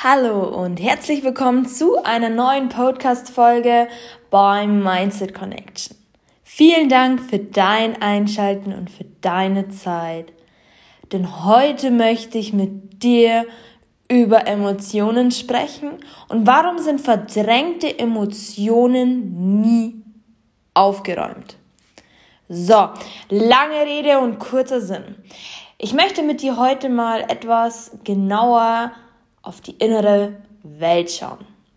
Hallo und herzlich willkommen zu einer neuen Podcast-Folge beim Mindset Connection. Vielen Dank für dein Einschalten und für deine Zeit. Denn heute möchte ich mit dir über Emotionen sprechen und warum sind verdrängte Emotionen nie aufgeräumt. So, lange Rede und kurzer Sinn. Ich möchte mit dir heute mal etwas genauer auf die innere Welt schauen.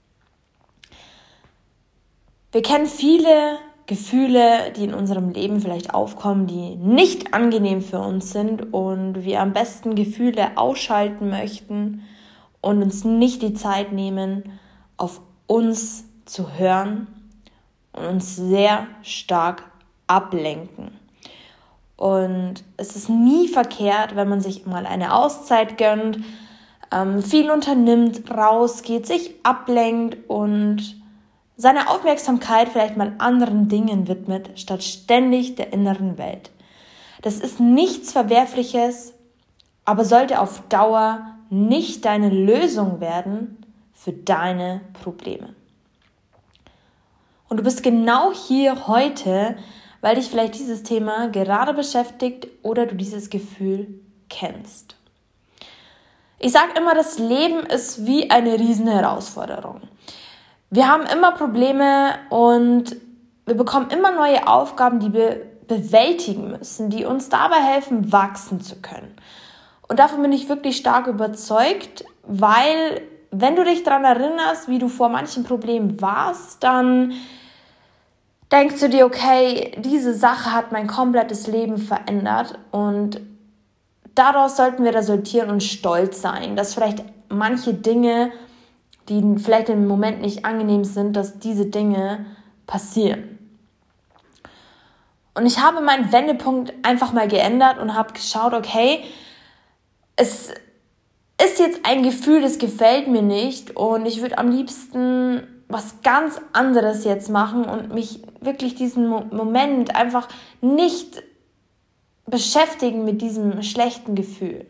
Wir kennen viele Gefühle, die in unserem Leben vielleicht aufkommen, die nicht angenehm für uns sind und wir am besten Gefühle ausschalten möchten und uns nicht die Zeit nehmen, auf uns zu hören und uns sehr stark ablenken. Und es ist nie verkehrt, wenn man sich mal eine Auszeit gönnt, viel unternimmt, rausgeht, sich ablenkt und seine Aufmerksamkeit vielleicht mal anderen Dingen widmet, statt ständig der inneren Welt. Das ist nichts Verwerfliches, aber sollte auf Dauer nicht deine Lösung werden für deine Probleme. Und du bist genau hier heute, weil dich vielleicht dieses Thema gerade beschäftigt oder du dieses Gefühl kennst. Ich sage immer, das Leben ist wie eine riesen Herausforderung. Wir haben immer Probleme und wir bekommen immer neue Aufgaben, die wir bewältigen müssen, die uns dabei helfen, wachsen zu können. Und davon bin ich wirklich stark überzeugt, weil wenn du dich daran erinnerst, wie du vor manchen Problemen warst, dann denkst du dir, okay, diese Sache hat mein komplettes Leben verändert und daraus sollten wir resultieren und stolz sein, dass vielleicht manche Dinge, die vielleicht im Moment nicht angenehm sind, dass diese Dinge passieren. Und ich habe meinen Wendepunkt einfach mal geändert und habe geschaut, okay, es ist jetzt ein Gefühl, das gefällt mir nicht und ich würde am liebsten was ganz anderes jetzt machen und mich wirklich diesen Moment einfach nicht beschäftigen mit diesem schlechten Gefühl.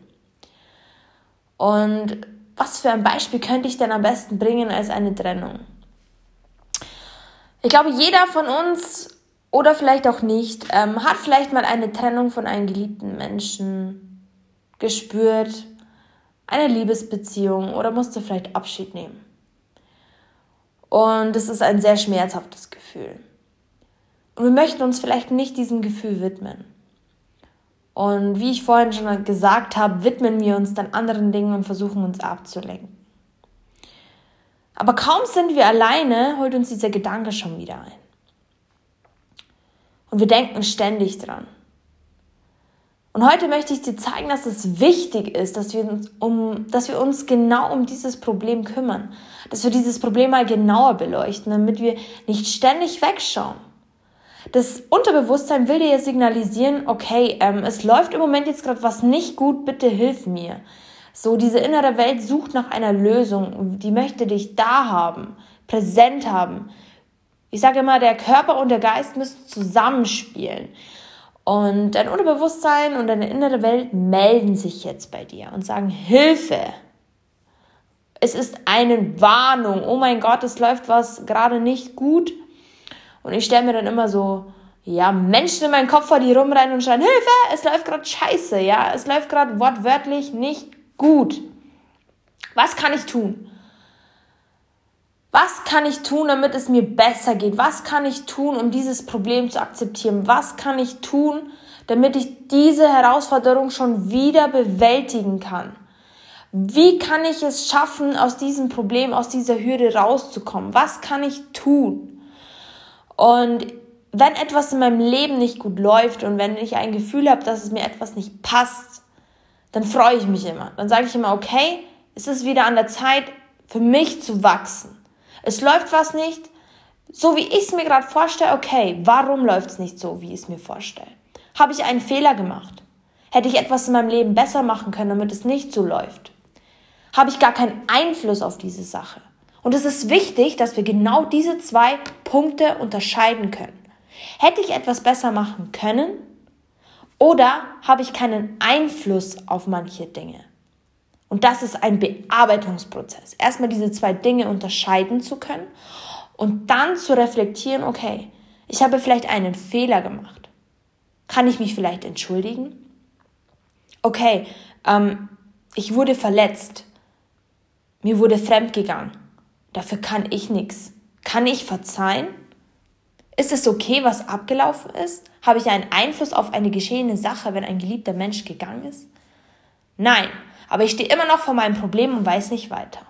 Und was für ein Beispiel könnte ich denn am besten bringen als eine Trennung? Ich glaube, jeder von uns oder vielleicht auch nicht, hat vielleicht mal eine Trennung von einem geliebten Menschen gespürt, eine Liebesbeziehung oder musste vielleicht Abschied nehmen. Und es ist ein sehr schmerzhaftes Gefühl. Und wir möchten uns vielleicht nicht diesem Gefühl widmen. Und wie ich vorhin schon gesagt habe, widmen wir uns dann anderen Dingen und versuchen uns abzulenken. Aber kaum sind wir alleine, holt uns dieser Gedanke schon wieder ein. Und wir denken ständig dran. Und heute möchte ich dir zeigen, dass es wichtig ist, dass wir uns genau um dieses Problem kümmern. Dass wir dieses Problem mal genauer beleuchten, damit wir nicht ständig wegschauen. Das Unterbewusstsein will dir ja signalisieren, okay, es läuft im Moment jetzt gerade was nicht gut, bitte hilf mir. So, diese innere Welt sucht nach einer Lösung, die möchte dich da haben, präsent haben. Ich sage immer, der Körper und der Geist müssen zusammenspielen. Und dein Unterbewusstsein und deine innere Welt melden sich jetzt bei dir und sagen, Hilfe. Es ist eine Warnung, oh mein Gott, es läuft was gerade nicht gut. Und ich stelle mir dann immer so, Menschen in meinen Kopf vor, die rumrennen und schreien, Hilfe, es läuft gerade scheiße, es läuft gerade wortwörtlich nicht gut. Was kann ich tun? Was kann ich tun, damit es mir besser geht? Was kann ich tun, um dieses Problem zu akzeptieren? Was kann ich tun, damit ich diese Herausforderung schon wieder bewältigen kann? Wie kann ich es schaffen, aus diesem Problem, aus dieser Hürde rauszukommen? Was kann ich tun? Und wenn etwas in meinem Leben nicht gut läuft und wenn ich ein Gefühl habe, dass es mir etwas nicht passt, dann freue ich mich immer. Dann sage ich immer, okay, es ist wieder an der Zeit für mich zu wachsen. Es läuft was nicht, so wie ich es mir gerade vorstelle, okay, warum läuft es nicht so, wie ich es mir vorstelle? Habe ich einen Fehler gemacht? Hätte ich etwas in meinem Leben besser machen können, damit es nicht so läuft? Habe ich gar keinen Einfluss auf diese Sache? Und es ist wichtig, dass wir genau diese zwei Punkte unterscheiden können. Hätte ich etwas besser machen können oder habe ich keinen Einfluss auf manche Dinge? Und das ist ein Bearbeitungsprozess. Erstmal diese 2 Dinge unterscheiden zu können und dann zu reflektieren, okay, ich habe vielleicht einen Fehler gemacht. Kann ich mich vielleicht entschuldigen? Okay, ich wurde verletzt. Mir wurde fremdgegangen. Dafür kann ich nichts. Kann ich verzeihen? Ist es okay, was abgelaufen ist? Habe ich einen Einfluss auf eine geschehene Sache, wenn ein geliebter Mensch gegangen ist? Nein, aber ich stehe immer noch vor meinem Problem und weiß nicht weiter.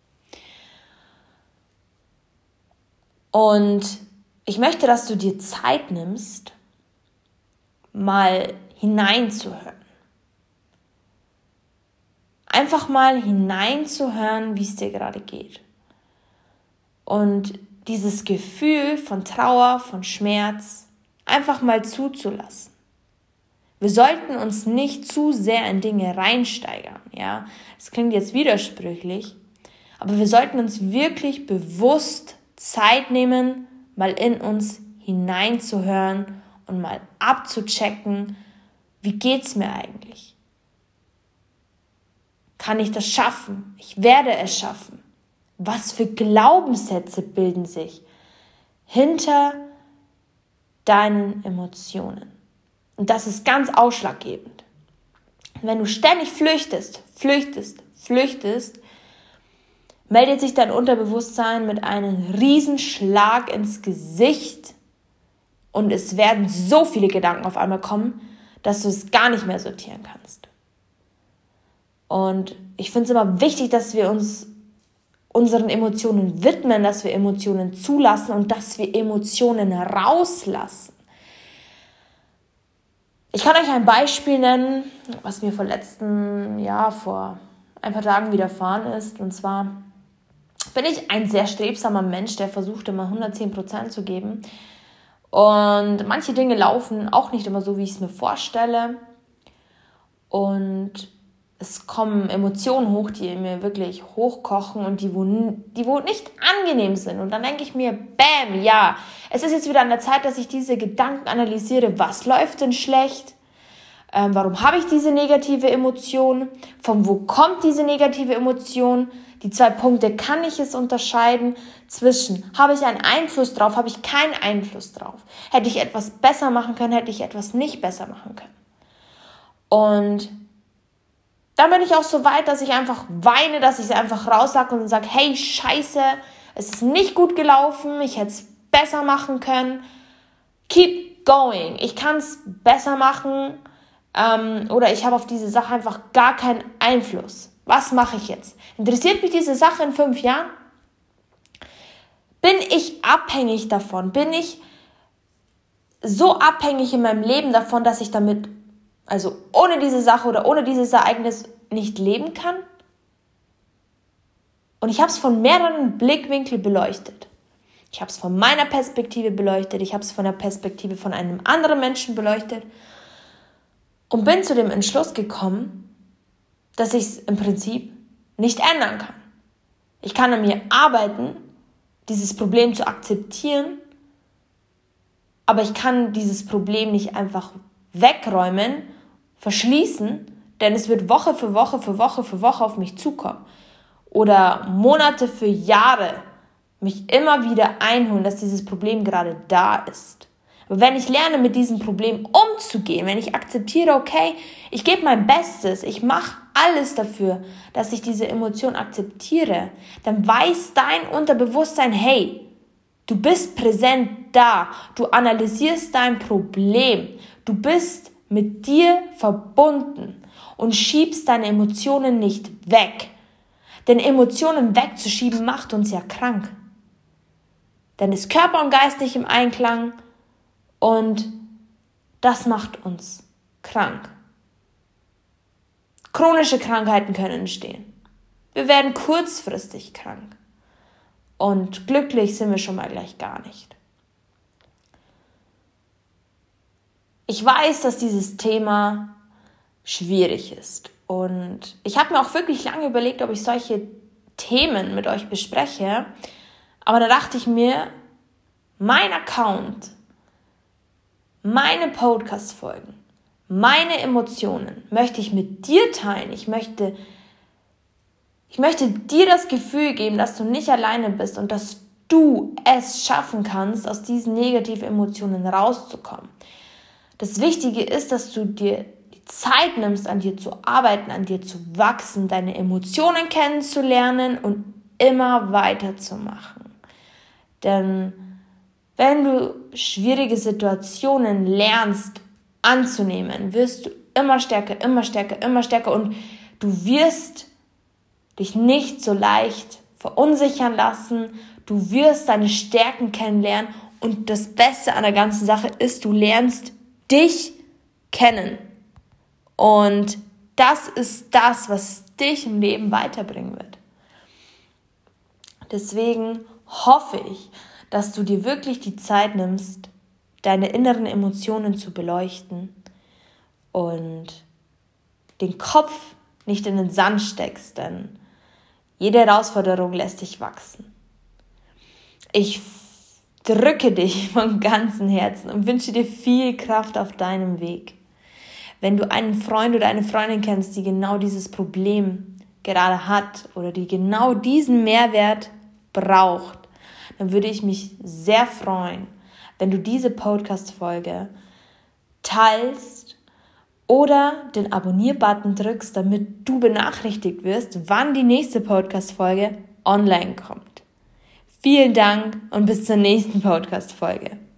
Und ich möchte, dass du dir Zeit nimmst, mal hineinzuhören. Einfach mal hineinzuhören, wie es dir gerade geht. Und dieses Gefühl von Trauer, von Schmerz, einfach mal zuzulassen. Wir sollten uns nicht zu sehr in Dinge reinsteigern, ja. Das klingt jetzt widersprüchlich, aber wir sollten uns wirklich bewusst Zeit nehmen, mal in uns hineinzuhören und mal abzuchecken, wie geht's mir eigentlich? Kann ich das schaffen? Ich werde es schaffen. Was für Glaubenssätze bilden sich hinter deinen Emotionen? Und das ist ganz ausschlaggebend. Wenn du ständig flüchtest, meldet sich dein Unterbewusstsein mit einem Riesenschlag ins Gesicht und es werden so viele Gedanken auf einmal kommen, dass du es gar nicht mehr sortieren kannst. Und ich finde es immer wichtig, dass wir uns unseren Emotionen widmen, dass wir Emotionen zulassen und dass wir Emotionen rauslassen. Ich kann euch ein Beispiel nennen, was mir vor ein paar Tagen widerfahren ist. Und zwar bin ich ein sehr strebsamer Mensch, der versucht immer 110% zu geben. Und manche Dinge laufen auch nicht immer so, wie ich es mir vorstelle. Und es kommen Emotionen hoch, die mir wirklich hochkochen und die wo nicht angenehm sind. Und dann denke ich mir, bam, ja, es ist jetzt wieder an der Zeit, dass ich diese Gedanken analysiere. Was läuft denn schlecht? Warum habe ich diese negative Emotion? Von wo kommt diese negative Emotion? Die 2 Punkte, kann ich es unterscheiden zwischen, habe ich einen Einfluss drauf, habe ich keinen Einfluss drauf? Hätte ich etwas besser machen können, hätte ich etwas nicht besser machen können? Und dann bin ich auch so weit, dass ich einfach weine, dass ich es einfach raussage und sage, hey, scheiße, es ist nicht gut gelaufen, ich hätte es besser machen können. Keep going, ich kann es besser machen oder ich habe auf diese Sache einfach gar keinen Einfluss. Was mache ich jetzt? Interessiert mich diese Sache in 5 Jahren? Bin ich abhängig davon? Bin ich so abhängig in meinem Leben davon, dass ich damit, also ohne diese Sache oder ohne dieses Ereignis nicht leben kann? Und ich habe es von mehreren Blickwinkeln beleuchtet. Ich habe es von meiner Perspektive beleuchtet, ich habe es von der Perspektive von einem anderen Menschen beleuchtet und bin zu dem Entschluss gekommen, dass ich es im Prinzip nicht ändern kann. Ich kann an mir arbeiten, dieses Problem zu akzeptieren, aber ich kann dieses Problem nicht einfach wegräumen, verschließen, denn es wird Woche für Woche auf mich zukommen. Oder Monate für Jahre mich immer wieder einholen, dass dieses Problem gerade da ist. Aber wenn ich lerne, mit diesem Problem umzugehen, wenn ich akzeptiere, okay, ich gebe mein Bestes, ich mache alles dafür, dass ich diese Emotion akzeptiere, dann weiß dein Unterbewusstsein, hey, du bist präsent da, du analysierst dein Problem, du bist mit dir verbunden und schiebst deine Emotionen nicht weg. Denn Emotionen wegzuschieben macht uns ja krank. Dann ist Körper und Geist nicht im Einklang und das macht uns krank. Chronische Krankheiten können entstehen. Wir werden kurzfristig krank. Und glücklich sind wir schon mal gleich gar nicht. Ich weiß, dass dieses Thema schwierig ist. Und ich habe mir auch wirklich lange überlegt, ob ich solche Themen mit euch bespreche. Aber da dachte ich mir, mein Account, meine Podcast-Folgen, meine Emotionen möchte ich mit dir teilen. Ich möchte Ich möchte dir das Gefühl geben, dass du nicht alleine bist und dass du es schaffen kannst, aus diesen negativen Emotionen rauszukommen. Das Wichtige ist, dass du dir die Zeit nimmst, an dir zu arbeiten, an dir zu wachsen, deine Emotionen kennenzulernen und immer weiterzumachen. Denn wenn du schwierige Situationen lernst anzunehmen, wirst du immer stärker und du wirst dich nicht so leicht verunsichern lassen. Du wirst deine Stärken kennenlernen und das Beste an der ganzen Sache ist, du lernst dich kennen. Und das ist das, was dich im Leben weiterbringen wird. Deswegen hoffe ich, dass du dir wirklich die Zeit nimmst, deine inneren Emotionen zu beleuchten und den Kopf nicht in den Sand steckst, denn jede Herausforderung lässt dich wachsen. Ich drücke dich von ganzem Herzen und wünsche dir viel Kraft auf deinem Weg. Wenn du einen Freund oder eine Freundin kennst, die genau dieses Problem gerade hat oder die genau diesen Mehrwert braucht, dann würde ich mich sehr freuen, wenn du diese Podcast-Folge teilst oder den Abonnier-Button drückst, damit du benachrichtigt wirst, wann die nächste Podcast-Folge online kommt. Vielen Dank und bis zur nächsten Podcast-Folge.